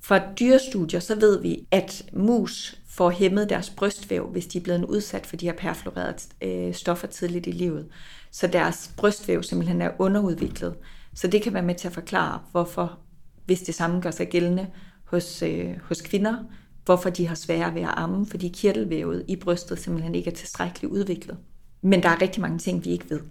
Fra dyrestudier, så ved vi, at mus får hæmmet deres brystvæv, hvis de er blevet udsat for de her perfluorerede stoffer tidligt i livet. Så deres brystvæv simpelthen er underudviklet. Så det kan være med til at forklare, hvorfor, hvis det samme gør sig gældende hos kvinder, hvorfor de har sværere ved at amme, fordi kirtelvævet i brystet simpelthen ikke er tilstrækkeligt udviklet. Men der er rigtig mange ting, vi ikke ved.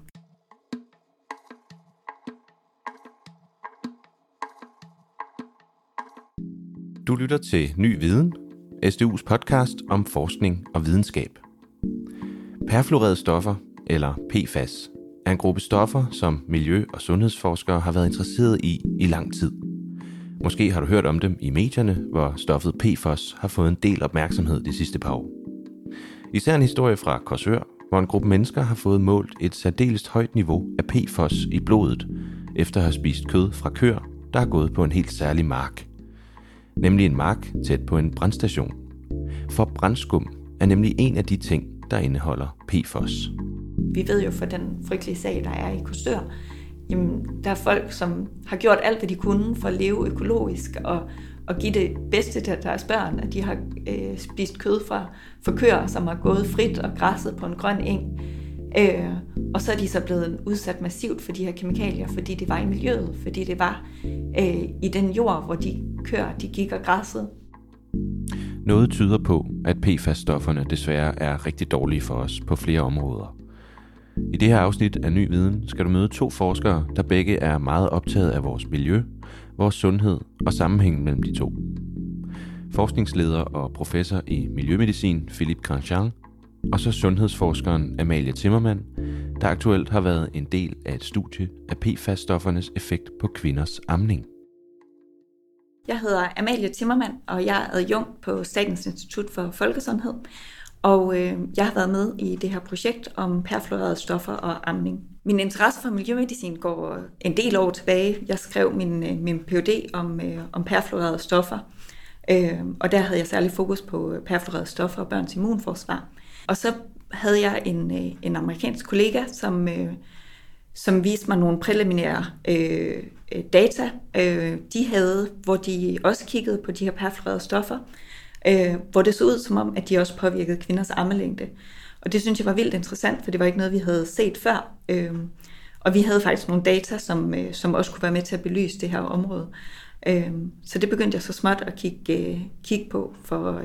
Du lytter til Ny Viden, SDU's podcast om forskning og videnskab. Perfluorerede stoffer, eller PFAS, er en gruppe stoffer, som miljø- og sundhedsforskere har været interesseret i lang tid. Måske har du hørt om dem i medierne, hvor stoffet PFOS har fået en del opmærksomhed de sidste par år. Især en historie fra Korsør, hvor en gruppe mennesker har fået målt et særdeles højt niveau af PFOS i blodet, efter at have spist kød fra køer, der er gået på en helt særlig mark. Nemlig en mark tæt på en brandstation. For brandskum er nemlig en af de ting, der indeholder PFOS. Vi ved jo fra den frygtelige sag, der er i Korsør, jamen, der er folk, som har gjort alt, hvad de kunne for at leve økologisk og give det bedste til deres børn, at de har spist kød fra køer, som har gået frit og græsset på en grøn eng. Og så er de så blevet udsat massivt for de her kemikalier, fordi det var i miljøet, fordi det var i den jord, hvor de køer, de gik og græssede. Noget tyder på, at PFAS-stofferne desværre er rigtig dårlige for os på flere områder. I det her afsnit af Ny Viden skal du møde 2 forskere, der begge er meget optaget af vores miljø, vores sundhed og sammenhængen mellem de to. Forskningsleder og professor i miljømedicin Philippe Grandjean, og så sundhedsforskeren Amalie Zimmermann, der aktuelt har været en del af et studie af PFAS-stoffernes effekt på kvinders amning. Jeg hedder Amalie Zimmermann, og jeg er adjunkt på Statens Institut for Folkesundhed. Og jeg har været med i det her projekt om perfluorerede stoffer og amning. Min interesse for miljømedicin går en del år tilbage. Jeg skrev min Ph.D. om perfluorerede stoffer, og der havde jeg særlig fokus på perfluorerede stoffer og børns immunforsvar. Og så havde jeg en amerikansk kollega, som viste mig nogle præliminære data, de havde, hvor de også kiggede på de her perfluorerede stoffer, hvor det så ud som om, at de også påvirkede kvinders ammelængde. Og det synes jeg var vildt interessant, for det var ikke noget, vi havde set før. Og vi havde faktisk nogle data, som også kunne være med til at belyse det her område. Så det begyndte jeg så småt at kigge på for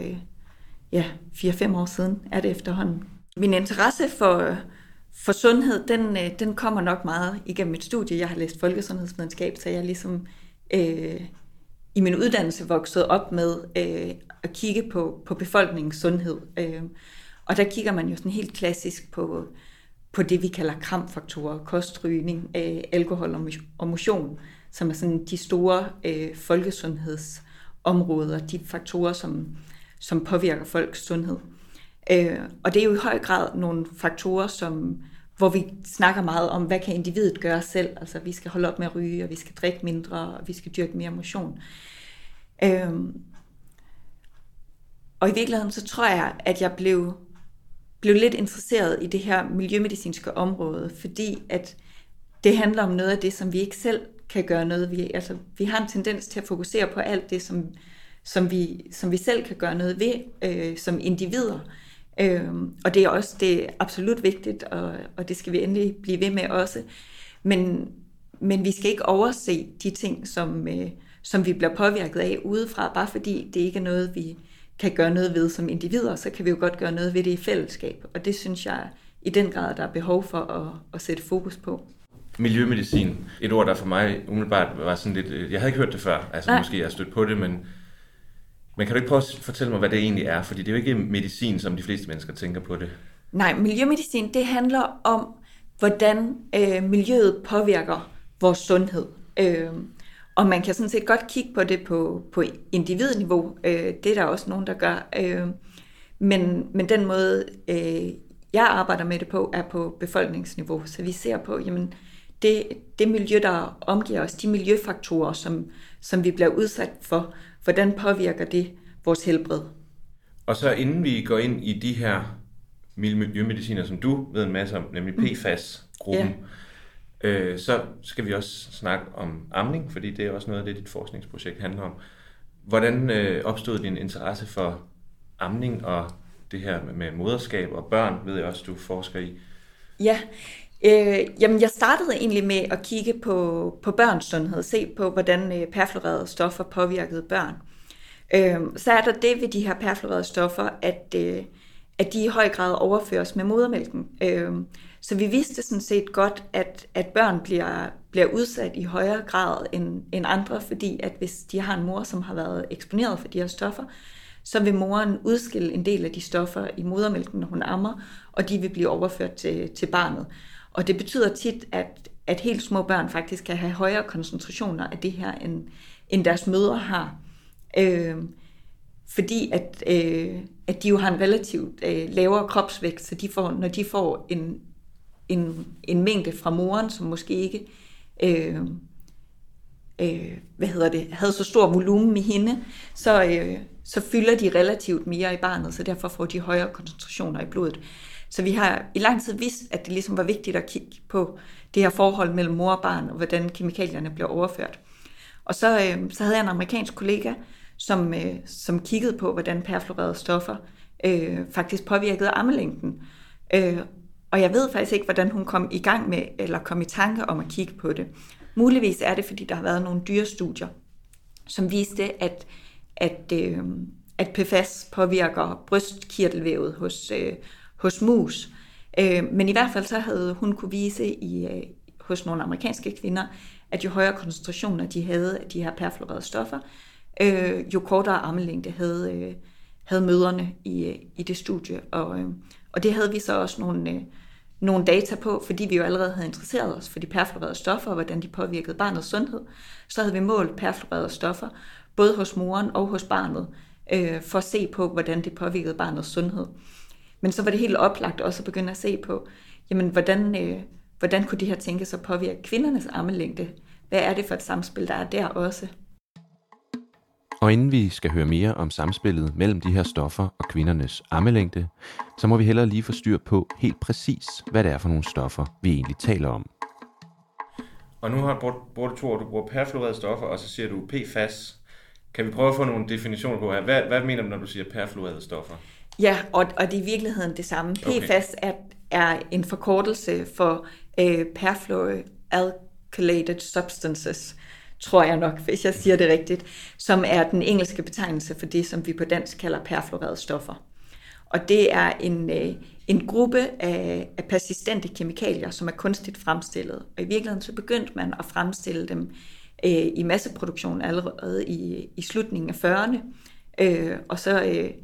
4-5 år siden, er det efterhånden. Min interesse for sundhed, den kommer nok meget igennem mit studie. Jeg har læst folkesundhedsvidenskab, så jeg ligesom i min uddannelse vokset op med at kigge på befolkningens sundhed. Og der kigger man jo sådan helt klassisk på det, vi kalder kramfaktorer, kostrygning, alkohol og motion, som er sådan de store folkesundhedsområder, de faktorer, som påvirker folks sundhed. Og det er jo i høj grad nogle faktorer, hvor vi snakker meget om, hvad kan individet gøre selv. Altså vi skal holde op med at ryge, og vi skal drikke mindre, og vi skal dyrke mere motion. Og i virkeligheden så tror jeg, at jeg blev lidt interesseret i det her miljømedicinske område, fordi at det handler om noget af det, som vi ikke selv kan gøre noget ved. Altså vi har en tendens til at fokusere på alt det, som vi selv kan gøre noget ved som individer. Og det er absolut vigtigt, og det skal vi endelig blive ved med også. Men vi skal ikke overse de ting, som vi bliver påvirket af udefra, bare fordi det ikke er noget, vi kan gøre noget ved som individer, så kan vi jo godt gøre noget ved det i fællesskab. Og det synes jeg i den grad, der er behov for at sætte fokus på. Miljømedicin, et ord, der for mig umiddelbart var sådan lidt... Jeg havde ikke hørt det før, altså måske jeg har stødt på det, men kan du ikke prøve at fortælle mig, hvad det egentlig er? Fordi det er jo ikke medicin, som de fleste mennesker tænker på det. Nej, miljømedicin, det handler om, hvordan miljøet påvirker vores sundhed. Og man kan sådan set godt kigge på det på individniveau. Det er der også nogen, der gør. Men den måde, jeg arbejder med det på, er på befolkningsniveau. Så vi ser på, jamen, det miljø, der omgiver os, de miljøfaktorer, som vi bliver udsat for, hvordan påvirker det vores helbred? Og så inden vi går ind i de her miljømediciner, som du ved en masse om, nemlig PFAS-gruppen, så skal vi også snakke om amning, fordi det er også noget af det, dit forskningsprojekt handler om. Hvordan opstod din interesse for amning og det her med moderskab og børn, ved jeg også, du forsker i? Ja, jamen jeg startede egentlig med at kigge på børns sundhed, se på, hvordan perfluorerede stoffer påvirkede børn. Så er der det ved de her perfluorerede stoffer, at de i høj grad overføres med modermælken. Så vi vidste sådan set godt, at børn bliver udsat i højere grad end andre, fordi at hvis de har en mor, som har været eksponeret for de her stoffer, så vil moren udskille en del af de stoffer i modermælken, når hun ammer, og de vil blive overført til barnet. Og det betyder tit, at helt små børn faktisk kan have højere koncentrationer af det her, end deres mødre har. Fordi at de jo har en relativt lavere kropsvægt, så når de får en mængde fra moren, som måske ikke havde så stor volumen i hende, så fylder de relativt mere i barnet, så derfor får de højere koncentrationer i blodet. Så vi har i lang tid vidst, at det ligesom var vigtigt at kigge på det her forhold mellem mor og barn, og hvordan kemikalierne bliver overført. Og så havde jeg en amerikansk kollega, som kiggede på, hvordan perfluorerede stoffer faktisk påvirkede ammelængden. Og jeg ved faktisk ikke, hvordan hun kom i gang med, eller kom i tanke om at kigge på det. Muligvis er det, fordi der har været nogle dyrestudier, som viste, at PFAS påvirker brystkirtelvævet hos mus. Men i hvert fald så havde hun kunne vise hos nogle amerikanske kvinder, at jo højere koncentrationer de havde af de her perfluorerede stoffer, jo kortere ammelængde havde mødrene i det studie. Og det havde vi så også nogle data på, fordi vi jo allerede havde interesseret os for de perfluorerede stoffer, og hvordan de påvirkede barnets sundhed. Så havde vi målt perfluorerede stoffer, både hos moren og hos barnet, for at se på, hvordan det påvirkede barnets sundhed. Men så var det helt oplagt også at begynde at se på, jamen, hvordan kunne de her tænkes at påvirke kvindernes ammelængde? Hvad er det for et samspil, der er der også? Og inden vi skal høre mere om samspillet mellem de her stoffer og kvindernes ammelængde, så må vi hellere lige få styr på helt præcis, hvad det er for nogle stoffer, vi egentlig taler om. Og nu bruger du 2 ord, du bruger perfluorerede stoffer, og så siger du PFAS. Kan vi prøve at få nogle definitioner på her? Hvad mener du, når du siger perfluorerede stoffer? Ja, og det er i virkeligheden det samme. Okay. PFAS er en forkortelse for perfluoroalkylated substances, tror jeg nok, hvis jeg siger det rigtigt, som er den engelske betegnelse for det, som vi på dansk kalder perfluorerede stoffer. Og det er en gruppe af persistente kemikalier, som er kunstigt fremstillet. Og i virkeligheden så begyndte man at fremstille dem i masseproduktion allerede i slutningen af 40'erne. Og så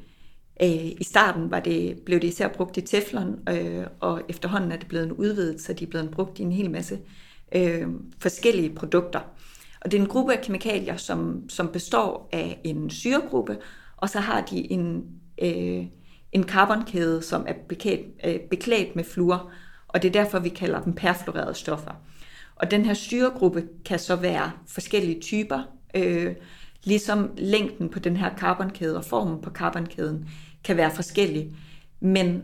i starten blev det især brugt i teflon, og efterhånden er det blevet udvidet, så de er blevet brugt i en hel masse forskellige produkter. Og det er en gruppe af kemikalier, som består af en syregruppe, og så har de en carbonkæde, som er beklædt med fluor, og det er derfor, vi kalder dem perfluorerede stoffer. Og den her syregruppe kan så være forskellige typer, ligesom længden på den her carbonkæde og formen på carbonkæden kan være forskellig. Men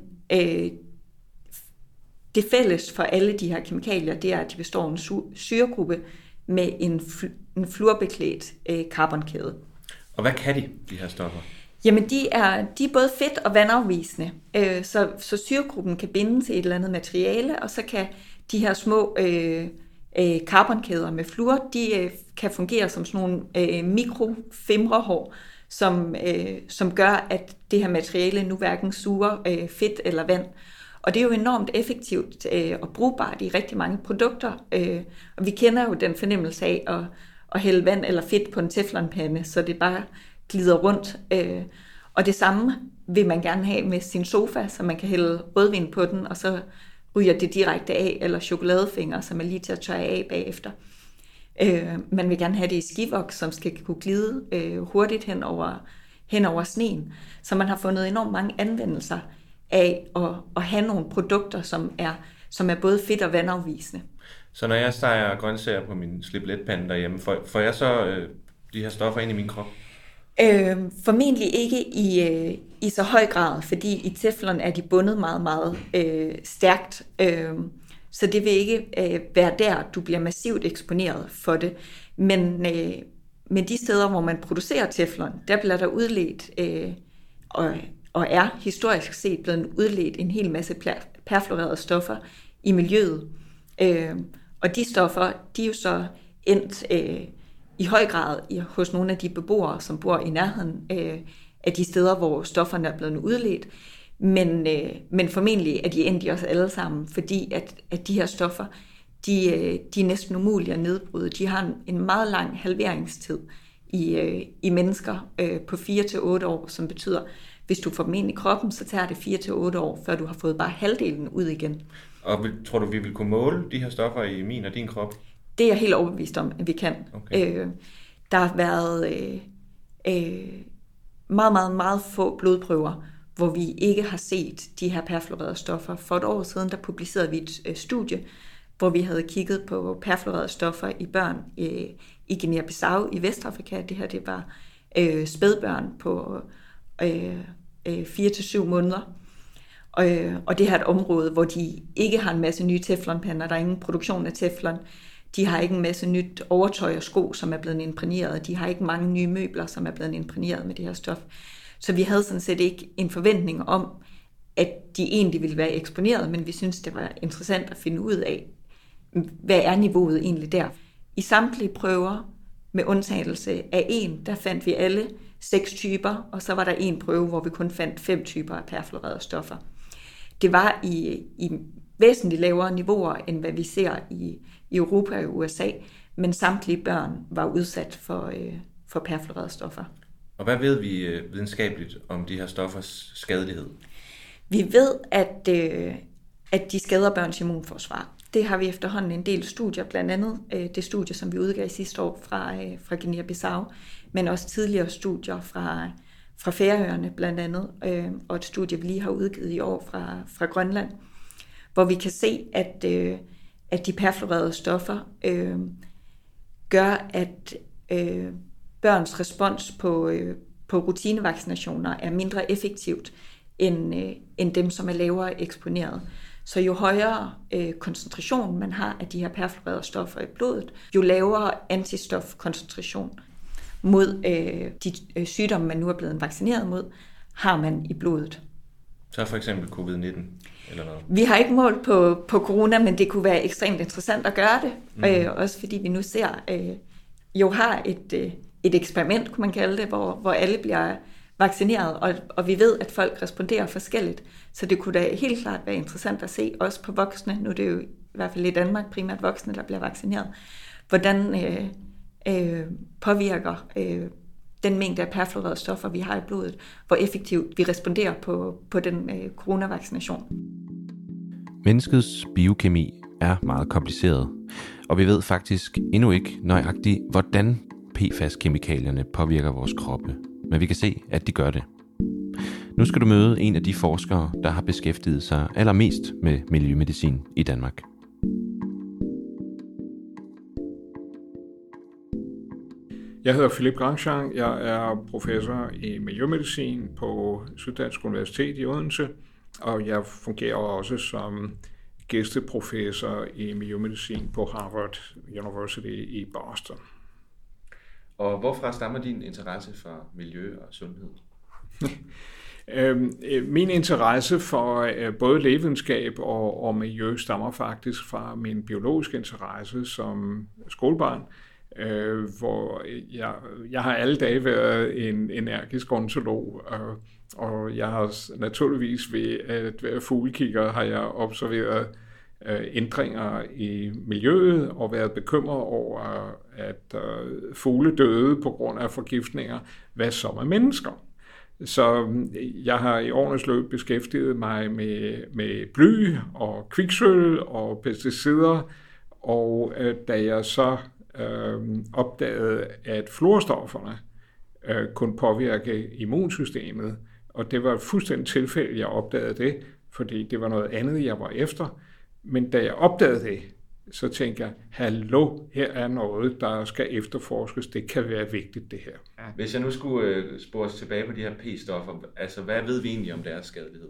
det fælles for alle de her kemikalier, det er, at de består af en syregruppe med en fluorbeklædt carbonkæde. Og hvad kan de her stoffer? Jamen, de er både fedt- og vandafvisende. Så syregruppen kan binde til et eller andet materiale, og så kan de her små carbonkæder med fluor, de kan fungere som sådan nogle mikrofimrehår, som gør, at det her materiale nu hverken suger fedt eller vand. Og det er jo enormt effektivt og brugbart i rigtig mange produkter. Og vi kender jo den fornemmelse af at hælde vand eller fedt på en teflonpande, så det bare glider rundt. Og det samme vil man gerne have med sin sofa, så man kan hælde rødvin på den, og så ryger det direkte af, eller chokoladefinger, som er lige til at tørre af bagefter. Man vil gerne have det i skivoks, som skal kunne glide hurtigt hen over sneen. Så man har fundet enormt mange anvendelser af at have nogle produkter, som er både fedt- og vandafvisende. Så når jeg steger grøntsager på min slip-let-pande derhjemme, får jeg så de her stoffer ind i min krop? Formentlig ikke i så høj grad, fordi i teflon er de bundet meget, meget stærkt. Så det vil ikke være der, du bliver massivt eksponeret for det. Men Men de steder, hvor man producerer teflon, der bliver der udledt, og er historisk set blevet udledt en hel masse perfluorerede stoffer i miljøet. Og de stoffer, de er jo så endt i høj grad hos nogle af de beboere, som bor i nærheden af de steder, hvor stofferne er blevet udledt. Men formentlig er de endt i os alle sammen, fordi at de her stoffer, de er næsten umulige at nedbryde. De har en meget lang halveringstid i mennesker på 4-8 år, som betyder, hvis du får dem ind i kroppen, så tager det 4-8 år, før du har fået bare halvdelen ud igen. Og tror du, vi vil kunne måle de her stoffer i min og din krop? Det er jeg helt overbevist om, at vi kan. Okay. Der har været meget, meget, meget få blodprøver, hvor vi ikke har set de her perfluorerede stoffer. For et år siden, der publicerede vi et studie, hvor vi havde kigget på perfluorerede stoffer i børn i Guinea-Bissau i Vestafrika. Det her, det var spædbørn på 4-7 måneder. Og det her er et område, hvor de ikke har en masse nye teflonpander. Der er ingen produktion af teflon. De har ikke en masse nyt overtøj og sko, som er blevet imprægneret. De har ikke mange nye møbler, som er blevet imprægneret med det her stof. Så vi havde sådan set ikke en forventning om, at de egentlig ville være eksponeret, men vi synes, det var interessant at finde ud af, hvad er niveauet egentlig der. I samtlige prøver, med undtagelse af en, der fandt vi alle 6 typer, og så var der en prøve, hvor vi kun fandt 5 typer af perfluorerede stoffer. Det var i væsentligt lavere niveauer, end hvad vi ser i Europa og USA, men samtlige børn var udsat for perfluorerede stoffer. Og hvad ved vi videnskabeligt om de her stoffers skadelighed? Vi ved, at de skader børns immunforsvar. Det har vi efterhånden en del studier, blandt andet det studie, som vi udgav sidste år fra Guinea-Bissau, men også tidligere studier fra Færøerne blandt andet, og et studie, vi lige har udgivet i år fra Grønland, hvor vi kan se, at de perfluorerede stoffer gør, at børns respons på rutinevaccinationer er mindre effektivt end dem, som er lavere eksponeret. Så jo højere koncentration man har af de her perfluorerede stoffer i blodet, jo lavere antistofkoncentration mod de sygdomme, man nu er blevet vaccineret mod, har man i blodet. Så for eksempel covid-19 eller noget? Vi har ikke målt på corona, men det kunne være ekstremt interessant at gøre det. Også fordi vi nu har et eksperiment, kunne man kalde det, hvor alle bliver vaccineret, og vi ved, at folk responderer forskelligt. Så det kunne da helt klart være interessant at se, også på voksne, nu er det jo i hvert fald i Danmark primært voksne, der bliver vaccineret, hvordan påvirker den mængde af perfluorerede stoffer, vi har i blodet, hvor effektivt vi responderer på den coronavaccination. Menneskets biokemi er meget kompliceret, og vi ved faktisk endnu ikke nøjagtigt, hvordan PFAS-kemikalierne påvirker vores kroppe. Men vi kan se, at de gør det. Nu skal du møde en af de forskere, der har beskæftiget sig allermest med miljømedicin i Danmark. Jeg hedder Philippe Grandjean. Jeg er professor i miljømedicin på Syddansk Universitet i Odense, og jeg fungerer også som gæsteprofessor i miljømedicin på Harvard University i Boston. Og hvorfra stammer din interesse for miljø og sundhed? Min interesse for både lægevidenskab og miljø stammer faktisk fra min biologiske interesse som skolebarn, hvor jeg har alle dage været en energisk ornitolog, og jeg har naturligvis ved at være fuglekigger har jeg observeret ændringer i miljøet og været bekymret over, at fugle døde på grund af forgiftninger, hvad så med mennesker. Så jeg har i årenes løb beskæftiget mig med bly og kviksølv og pesticider, og da jeg så opdagede, at fluorstofferne kunne påvirke immunsystemet, og det var et fuldstændig tilfælde, jeg opdagede det, fordi det var noget andet, jeg var efter. Men da jeg opdagede det, så tænkte jeg, hallo, her er noget, der skal efterforskes. Det kan være vigtigt, det her. Hvis jeg nu skulle spores tilbage på de her P-stoffer, altså hvad ved vi egentlig om deres skadelighed?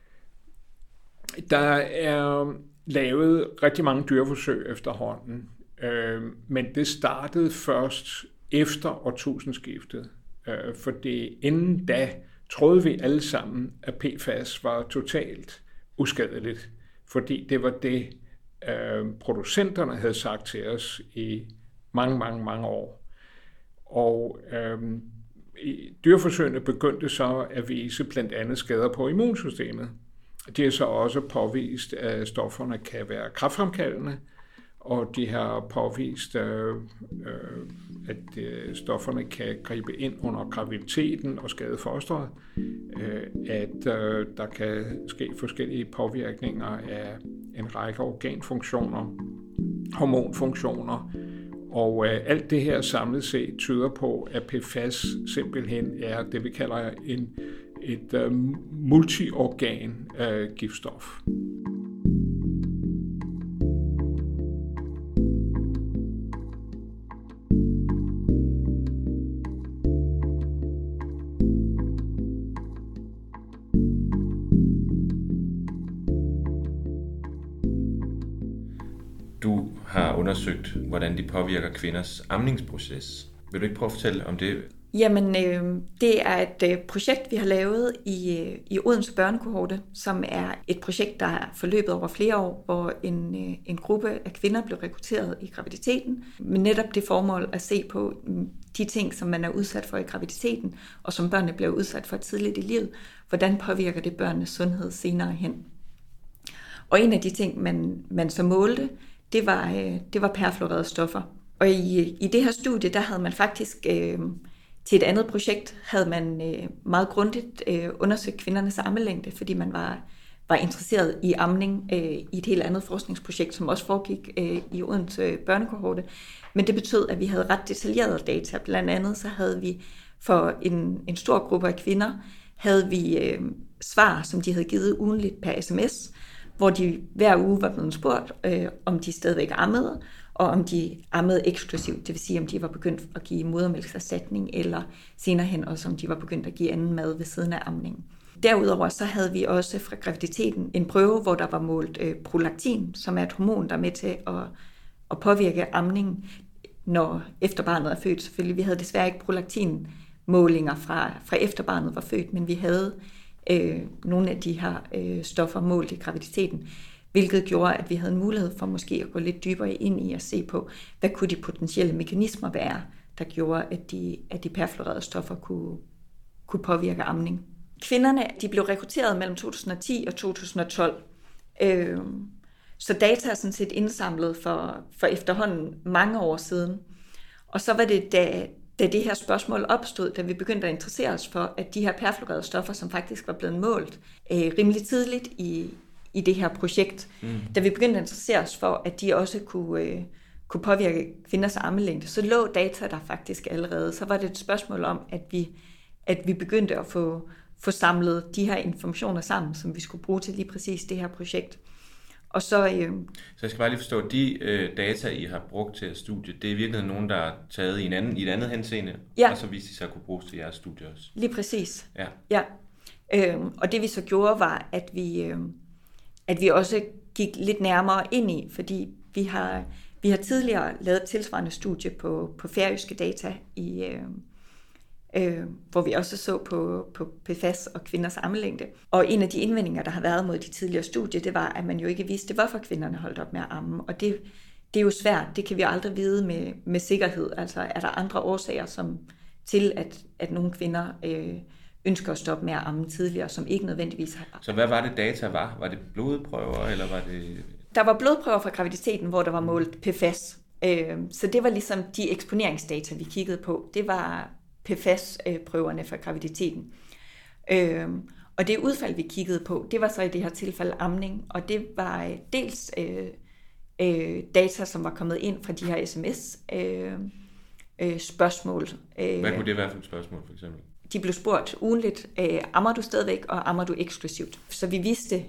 Der er lavet rigtig mange dyreforsøg efterhånden Men det startede først efter årtusindskiftet, fordi inden da troede vi alle sammen, at PFAS var totalt uskadeligt, fordi det var det, producenterne havde sagt til os i mange år. Og dyreforsøgene begyndte så at vise blandt andet skader på immunsystemet. De har så også påvist, at stofferne kan være kræftfremkaldende, og de har påvist, at stofferne kan gribe ind under graviditeten og skade fosteret, at der kan ske forskellige påvirkninger af en række organfunktioner, hormonfunktioner, og alt det her samlet set tyder på, at PFAS simpelthen er det, vi kalder et multiorgan giftstof. Du har undersøgt, hvordan de påvirker kvinders amningsproces. Vil du ikke prøve at fortælle om det? Jamen, det er et projekt, vi har lavet i Odense Børnekohorte, som er et projekt, der er forløbet over flere år, hvor en gruppe af kvinder blev rekrutteret i graviditeten, med netop det formål at se på de ting, som man er udsat for i graviditeten, og som børnene bliver udsat for tidligt i livet. Hvordan påvirker det børnenes sundhed senere hen? Og en af de ting, man så målte, det var perfluorerede stoffer. Og i det her studie, der havde man faktisk til et andet projekt, havde man meget grundigt undersøgt kvindernes ammelængde, fordi man var interesseret i amning i et helt andet forskningsprojekt, som også foregik i Odense Børnekohorte. Men det betød, at vi havde ret detaljerede data. Blandt andet så havde vi for en stor gruppe af kvinder, havde vi svar, som de havde givet ugentligt per sms, hvor de hver uge var blevet spurgt, om de stadigvæk ammede, og om de ammede eksklusivt, det vil sige, om de var begyndt at give modermælkserstatning, eller senere hen også, om de var begyndt at give anden mad ved siden af amningen. Derudover så havde vi også fra graviditeten en prøve, hvor der var målt prolaktin, som er et hormon, der er med til at påvirke amningen, når efter barnet er født. Selvfølgelig, vi havde desværre ikke prolaktinmålinger fra efter barnet var født, men vi havde nogle af de her stoffer målt i graviditeten, hvilket gjorde, at vi havde en mulighed for måske at gå lidt dybere ind i at se på, hvad kunne de potentielle mekanismer være, der gjorde, at de perfluorerede stoffer kunne påvirke amning. Kvinderne, de blev rekrutteret mellem 2010 og 2012. Så data er sådan set indsamlet for efterhånden mange år siden. Og så var det, da det her spørgsmål opstod, da vi begyndte at interessere os for, at de her perfluorerede stoffer, som faktisk var blevet målt rimelig tidligt i det her projekt, da vi begyndte at interessere os for, at de også kunne påvirke kvinders ammelængde, så lå data der faktisk allerede. Så var det et spørgsmål om, at vi begyndte at få samlet de her informationer sammen, som vi skulle bruge til lige præcis det her projekt. Og så jeg skal bare lige forstå, at de data, I har brugt til studiet, det er virkelig nogen, der er taget i et andet henseende, ja. Og så viste de sig at kunne bruges til jeres studie også. Lige præcis. Ja. Og det vi så gjorde, var, at vi også gik lidt nærmere ind i, fordi vi har tidligere lavet et tilsvarende studie på færøske data, hvor vi også så på PFAS og kvinders ammelængde. Og en af de indvendinger, der har været mod de tidligere studier, det var, at man jo ikke vidste, hvorfor kvinderne holdt op med at amme. Og det er jo svært, det kan vi aldrig vide med sikkerhed. Altså er der andre årsager til, at nogle kvinder ønsker at stoppe med at amme tidligere, som ikke nødvendigvis har. Så hvad var det data var? Var det blodprøver, eller var det... Der var blodprøver fra graviditeten, hvor der var målt PFAS. Så det var ligesom de eksponeringsdata, vi kiggede på. Det var PFAS-prøverne fra graviditeten. Og det udfald, vi kiggede på, det var så i det her tilfælde amning, og det var dels data, som var kommet ind fra de her sms-spørgsmål. Hvad kunne det være for et spørgsmål, for eksempel? De blev spurgt ugenligt, ammer du stadigvæk, og ammer du eksklusivt? Så vi vidste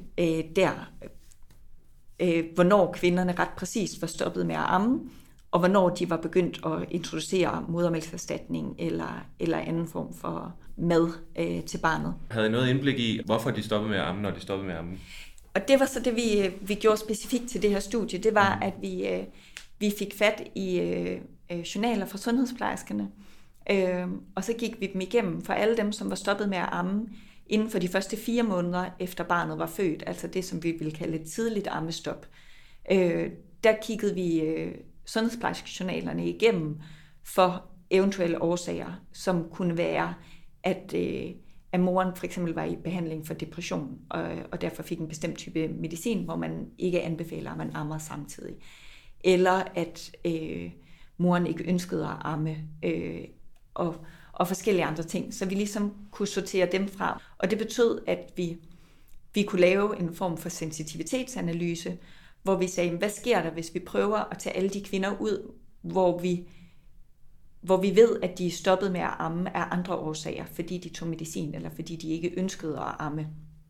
hvornår kvinderne ret præcist var stoppet med at amme, og hvornår de var begyndt at introducere modermælkserstatning eller anden form for mad til barnet. Havde I noget indblik i, hvorfor de stoppede med at amme, når de stoppede med at amme? Og det var så det, vi gjorde specifikt til det her studie. Det var, at Vi fik fat i journaler fra sundhedsplejerskerne, og så gik vi dem igennem for alle dem, som var stoppet med at amme inden for de første 4 måneder efter barnet var født, altså det, som vi ville kalde et tidligt ammestop. Der kiggede vi sundhedsplejerskejournalerne igennem for eventuelle årsager, som kunne være, at moren for eksempel var i behandling for depression, og derfor fik en bestemt type medicin, hvor man ikke anbefaler, at man ammer samtidig. Eller at moren ikke ønskede at amme, og forskellige andre ting. Så vi ligesom kunne sortere dem fra. Og det betød, at vi kunne lave en form for sensitivitetsanalyse, hvor vi sagde, hvad sker der, hvis vi prøver at tage alle de kvinder ud, hvor vi ved, at de er stoppet med at amme af andre årsager, fordi de tog medicin, eller fordi de ikke ønskede at amme.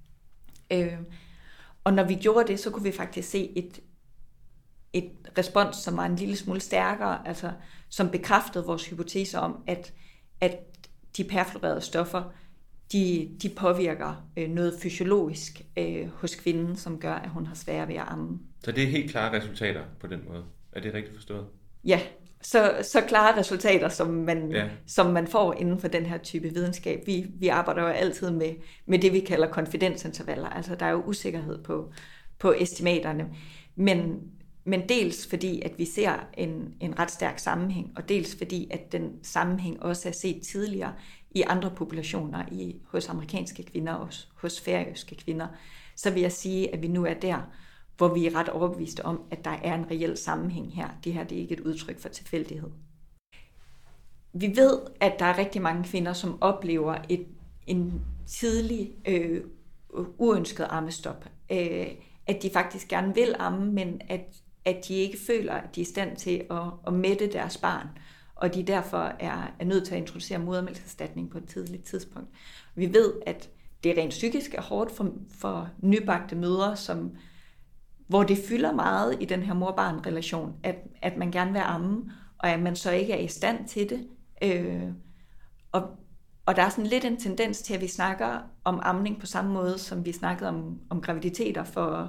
Og når vi gjorde det, så kunne vi faktisk se et respons, som var en lille smule stærkere, altså som bekræftede vores hypotese om, at de perfluorerede stoffer, de påvirker noget fysiologisk hos kvinden, som gør, at hun har sværere ved at amme. Så det er helt klare resultater på den måde. Er det rigtigt forstået? Ja, så klare resultater, som man får inden for den her type videnskab. Vi arbejder jo altid med det, vi kalder konfidensintervaller. Altså, der er jo usikkerhed på estimaterne. Men dels fordi, at vi ser en ret stærk sammenhæng, og dels fordi, at den sammenhæng også er set tidligere i andre populationer, hos amerikanske kvinder og hos færøske kvinder, så vil jeg sige, at vi nu er der, hvor vi er ret overbeviste om, at der er en reel sammenhæng her. Det her det er ikke et udtryk for tilfældighed. Vi ved, at der er rigtig mange kvinder, som oplever en tidlig uønsket ammestop. At de faktisk gerne vil amme, men at de ikke føler, at de er i stand til at mætte deres barn, og de derfor er nødt til at introducere modermælkserstatning på et tidligt tidspunkt. Vi ved, at det rent psykisk er hårdt for nybagte mødre, hvor det fylder meget i den her mor-barn-relation, at man gerne vil amme, og at man så ikke er i stand til det. Og der er sådan lidt en tendens til, at vi snakker om amning på samme måde, som vi snakkede om graviditeter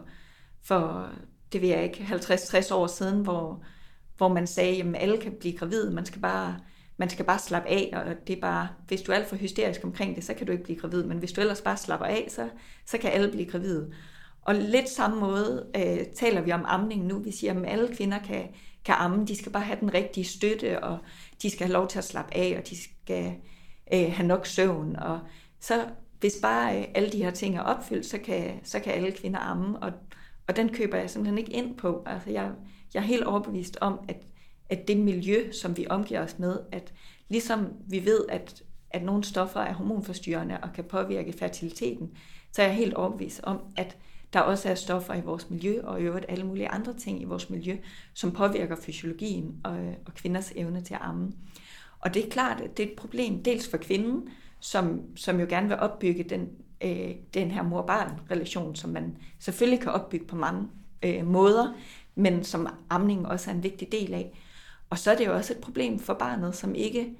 for det ved jeg ikke, 50-60 år siden, hvor man sagde, at alle kan blive gravide, man skal bare slappe af, og det er bare, hvis du er alt for hysterisk omkring det, så kan du ikke blive gravid, men hvis du ellers bare slapper af, så kan alle blive gravide. Og lidt samme måde taler vi om amning nu. Vi siger, at alle kvinder kan amme, de skal bare have den rigtige støtte, og de skal have lov til at slappe af, og de skal have nok søvn. Og så hvis bare alle de her ting er opfyldt, så kan alle kvinder amme, og den køber jeg simpelthen ikke ind på. Altså jeg er helt overbevist om, at det miljø, som vi omgiver os med, at ligesom vi ved, at nogle stoffer er hormonforstyrrende og kan påvirke fertiliteten, så er jeg helt overbevist om, at der også er stoffer i vores miljø, og i øvrigt alle mulige andre ting i vores miljø, som påvirker fysiologien og kvinders evne til at amme. Og det er klart, at det er et problem, dels for kvinden, som jo gerne vil opbygge den her mor-barn-relation, som man selvfølgelig kan opbygge på mange måder, men som amningen også er en vigtig del af. Og så er det jo også et problem for barnet, som ikke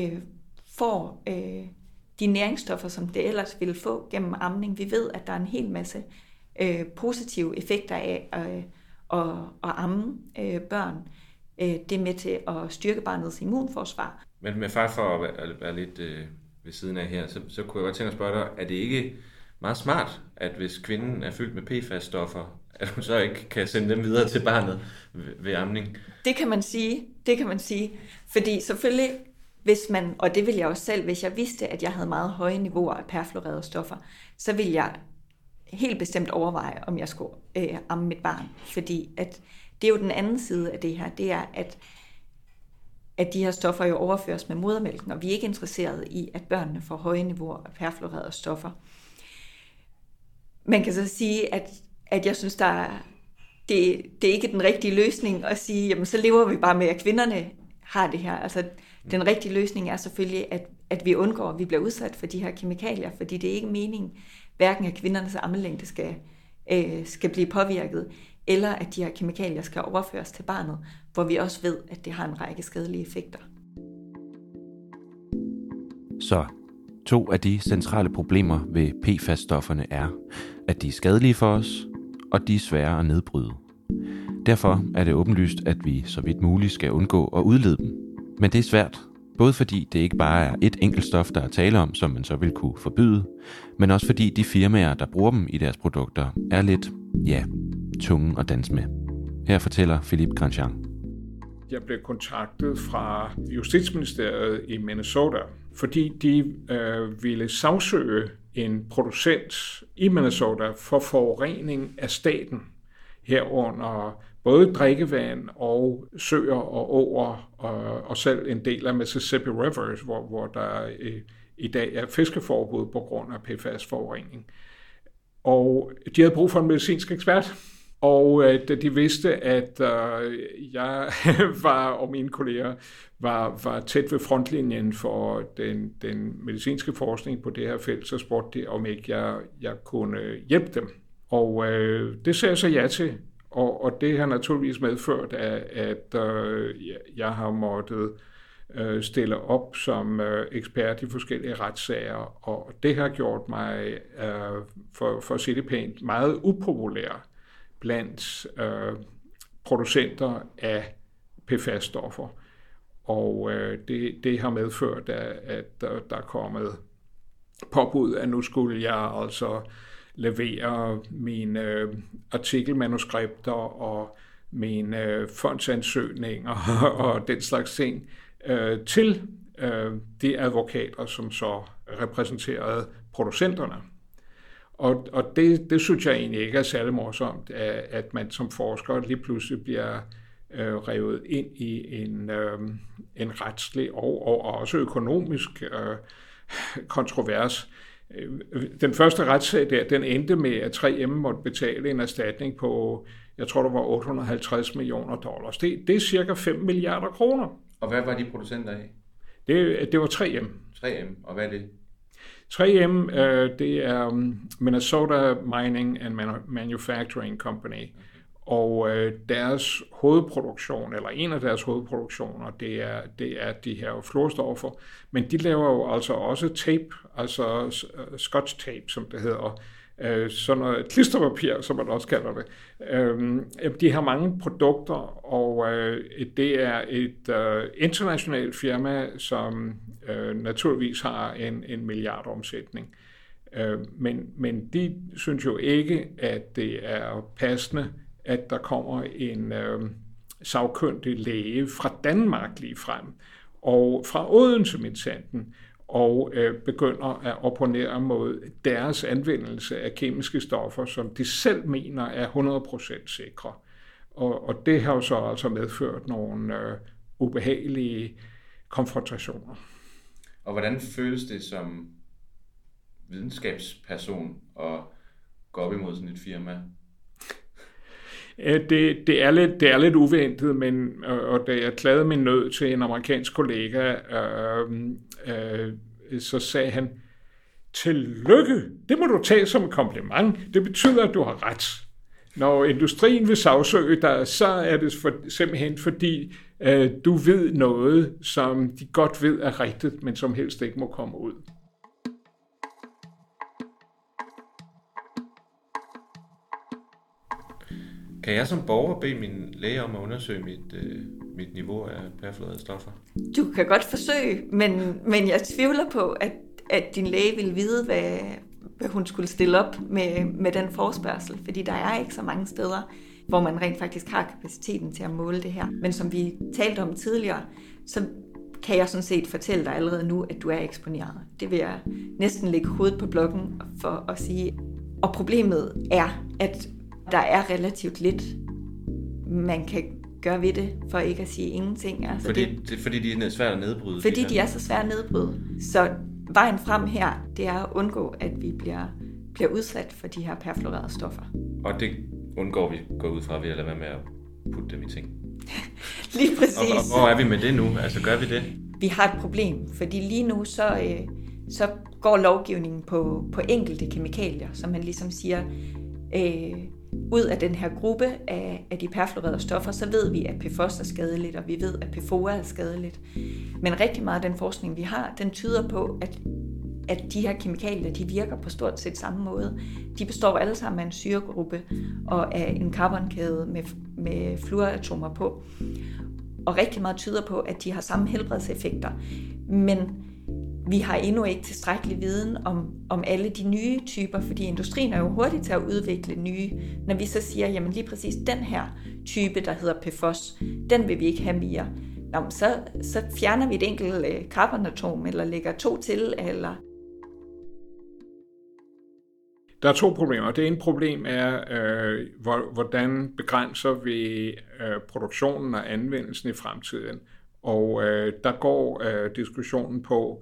får de næringsstoffer, som det ellers ville få gennem amning. Vi ved, at der er en hel masse positive effekter af at amme børn. Det er med til at styrke barnets immunforsvar. Men med far for at være lidt ved siden af her, så kunne jeg godt tænke at spørge dig, er det ikke meget smart, at hvis kvinden er fyldt med PFAS-stoffer, at hun så ikke kan sende dem videre til barnet ved amning? Det kan man sige. Fordi selvfølgelig, hvis man, og det vil jeg også selv, hvis jeg vidste, at jeg havde meget høje niveauer af perfluorerede stoffer, så ville jeg helt bestemt overveje, om jeg skulle amme mit barn. Fordi at det er jo den anden side af det her, det er, at de her stoffer jo overføres med modermælken, og vi er ikke interesserede i, at børnene får høje niveauer af perfluorerede stoffer. Man kan så sige, at jeg synes, det er ikke den rigtige løsning at sige, jamen så lever vi bare med, at kvinderne har det her. Altså den rigtige løsning er selvfølgelig, at vi undgår, at vi bliver udsat for de her kemikalier, fordi det er ikke meningen, hverken at kvindernes ammelængde skal blive påvirket, eller at de her kemikalier skal overføres til barnet, hvor vi også ved, at det har en række skadelige effekter. Så 2 af de centrale problemer ved PFAS-stofferne er, at de er skadelige for os, og de er svære at nedbryde. Derfor er det åbenlyst, at vi så vidt muligt skal undgå at udlede dem. Men det er svært, både fordi det ikke bare er et enkelt stof, der er tale om, som man så vil kunne forbyde, men også fordi de firmaer, der bruger dem i deres produkter, er lidt, tunge at danse med. Her fortæller Philippe Grandjean. Jeg blev kontaktet fra Justitsministeriet i Minnesota, fordi de ville sagsøge en producent i Minnesota for forurening af staten, herunder både drikkevand og søer og åer og selv en del af Mississippi River, hvor der i dag er fiskeforbud på grund af PFAS-forurening. Og de havde brug for en medicinsk ekspert. Og da de vidste, at jeg og mine kolleger var tæt ved frontlinjen for den medicinske forskning på det her felt, så spurgte de, om ikke jeg kunne hjælpe dem. Og det sagde jeg så ja til. Og det har naturligvis medført, at jeg har måttet stille op som ekspert i forskellige retssager. Og det har gjort mig, for at sige det pænt, meget upopulær blandt producenter af PFAS-stoffer. Og det har medført, at der er kommet påbud, at nu skulle jeg altså levere mine artikelmanuskripter og mine fondsansøgninger og den slags ting til de advokater, som så repræsenterede producenterne. Og det synes jeg egentlig ikke er særlig morsomt, at man som forsker lige pludselig bliver revet ind i en retslig og også økonomisk kontrovers. Den første retssag der, den endte med, at 3M måtte betale en erstatning på, jeg tror, der var $850 million. Det er cirka 5 milliarder kroner. Og hvad var de producenter af? Det var 3M. 3M, og hvad er det? 3M, det er Minnesota Mining and Manufacturing Company, og deres hovedproduktion, eller en af deres hovedproduktioner, det er de her fluorstoffer, men de laver jo altså også tape, altså scotch tape, som det hedder, sådan noget klisterpapir, som man også kalder det. De har mange produkter, og det er et internationalt firma, som naturligvis har en milliardomsætning. Men de synes jo ikke, at det er passende, at der kommer en sagkyndig læge fra Danmark lige frem, og fra Odense minsandten, og begynder at opponere mod deres anvendelse af kemiske stoffer, som de selv mener er 100% sikre. Og det har jo så altså medført nogle ubehagelige konfrontationer. Og hvordan føles det som videnskabsperson at gå op imod sådan et firma? Det er lidt uventet, men og da jeg klagede min nød til en amerikansk kollega, så sagde han, tillykke, det må du tage som et kompliment. Det betyder, at du har ret. Når industrien vil sagsøge dig, så er det simpelthen fordi, du ved noget, som de godt ved er rigtigt, men som helst ikke må komme ud. Kan jeg som borger bede min læge om at undersøge mit niveau af perfluorerede stoffer? Du kan godt forsøge, men jeg tvivler på, at din læge vil vide, hvad hun skulle stille op med den forespørgsel, fordi der er ikke så mange steder, hvor man rent faktisk har kapaciteten til at måle det her. Men som vi talte om tidligere, så kan jeg sådan set fortælle dig allerede nu, at du er eksponeret. Det vil jeg næsten lægge hovedet på blokken for at sige. Og problemet er, at der er relativt lidt, man kan gøre ved det, for ikke at sige ingenting. Altså fordi de er svært at nedbryde? Fordi de er så svært at nedbryde. Så vejen frem her, det er at undgå, at vi bliver udsat for de her perfluorerede stoffer. Og det undgår vi går ud fra ved at lade være med at putte dem i ting? Lige præcis. Og hvor er vi med det nu? Altså gør vi det? Vi har et problem, fordi lige nu så går lovgivningen på enkelte kemikalier, som man ligesom siger, ud af den her gruppe af de perfluorerede stoffer, så ved vi, at PFOS er skadeligt, og vi ved, at PFOA er skadeligt. Men rigtig meget af den forskning, vi har, den tyder på, at de her kemikalier, de virker på stort set samme måde. De består alle sammen af en syregruppe og af en carbonkæde med fluoratomer på. Og rigtig meget tyder på, at de har samme helbredseffekter. Men vi har endnu ikke tilstrækkelig viden om alle de nye typer, fordi industrien er jo hurtig til at udvikle nye. Når vi så siger, jamen lige præcis den her type, der hedder PFOS, den vil vi ikke have mere. Nå, så fjerner vi et enkelt carbonatom, eller lægger 2 til, eller... Der er 2 problemer. Det ene problem er, hvordan begrænser vi produktionen og anvendelsen i fremtiden. Og der går diskussionen på,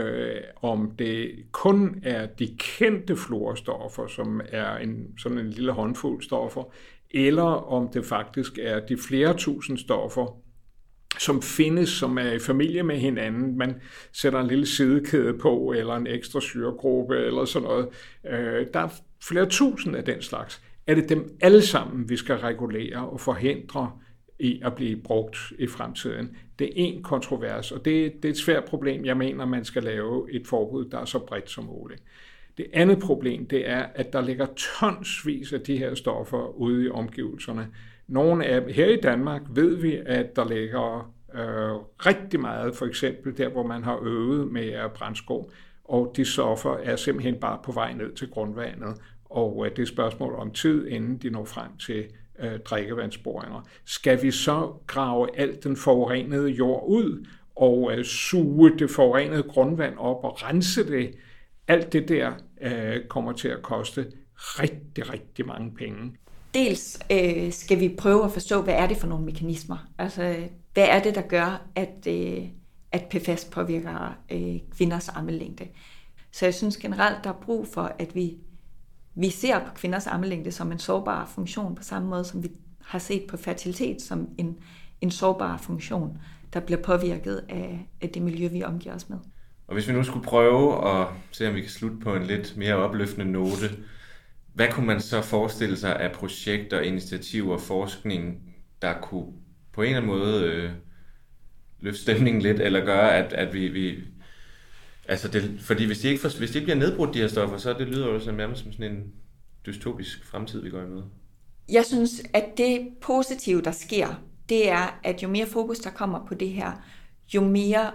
om det kun er de kendte fluorstoffer, som er sådan en lille håndfuld stoffer, eller om det faktisk er de flere tusind stoffer, som findes, som er i familie med hinanden. Man sætter en lille sidekæde på, eller en ekstra syregruppe, eller sådan noget. Der er flere tusind af den slags. Er det dem alle sammen, vi skal regulere og forhindre i at blive brugt i fremtiden? Det er en kontrovers, og det er et svært problem. Jeg mener, man skal lave et forbud, der er så bredt som muligt. Det andet problem, det er, at der ligger tonsvis af de her stoffer ude i omgivelserne. Nogle af her i Danmark ved vi, at der ligger rigtig meget, for eksempel der, hvor man har øvet med brændsko, og de stoffer er simpelthen bare på vej ned til grundvandet, og det er spørgsmål om tid, inden de når frem til drikkevandsboringer. Skal vi så grave alt den forurenede jord ud og suge det forurenede grundvand op og rense det? Alt det der kommer til at koste rigtig, rigtig mange penge. Dels skal vi prøve at forstå, hvad er det for nogle mekanismer? Altså, hvad er det, der gør, at PFAS påvirker kvinders ammelængde? Så jeg synes generelt, der er brug for, at vi ser på kvinders ammelængde som en sårbar funktion, på samme måde som vi har set på fertilitet som en sårbar funktion, der bliver påvirket af det miljø, vi omgiver os med. Og hvis vi nu skulle prøve at se, om vi kan slutte på en lidt mere opløftende note, hvad kunne man så forestille sig af projekter, initiativer og forskning, der kunne på en eller anden måde løfte stemningen lidt, eller gøre, at vi altså det, fordi hvis de ikke bliver nedbrudt, de her stoffer, så det lyder jo nærmest som sådan en dystopisk fremtid, vi går imod. Jeg synes, at det positive, der sker, det er, at jo mere fokus, der kommer på det her, jo mere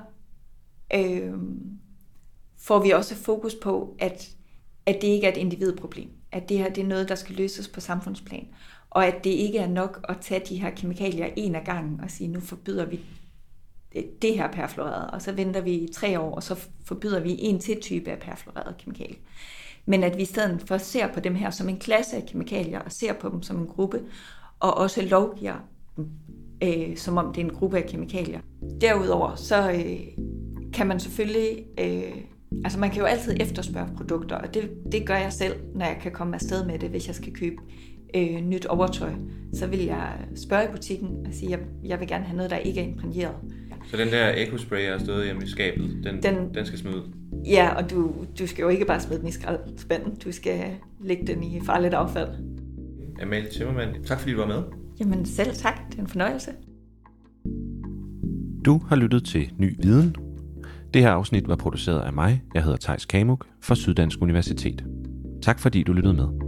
får vi også fokus på, at det ikke er et individproblem. At det her det er noget, der skal løses på samfundsplan. Og at det ikke er nok at tage de her kemikalier en af gangen og sige, nu forbyder vi det her perfluoreret, og så venter vi i 3 år, og så forbyder vi en til type af perfluoreret kemikalier. Men at vi i stedet for ser på dem her som en klasse af kemikalier, og ser på dem som en gruppe, og også lovgiver som om det er en gruppe af kemikalier. Derudover så kan man selvfølgelig... Altså man kan jo altid efterspørge produkter, og det gør jeg selv, når jeg kan komme afsted med det. Hvis jeg skal købe nyt overtøj, så vil jeg spørge i butikken og sige, at jeg vil gerne have noget, der ikke er imprægneret. Så den der ecospray, jeg har stået hjemme i skabet, den skal smide ud? Ja, og du skal jo ikke bare smide den i skraldespanden, du skal lægge den i farligt affald. Amalie Timmermann, tak fordi du var med. Jamen selv tak, det er en fornøjelse. Du har lyttet til Ny Viden. Det her afsnit var produceret af mig. Jeg hedder Theis Kamuk fra Syddansk Universitet. Tak fordi du lyttede med.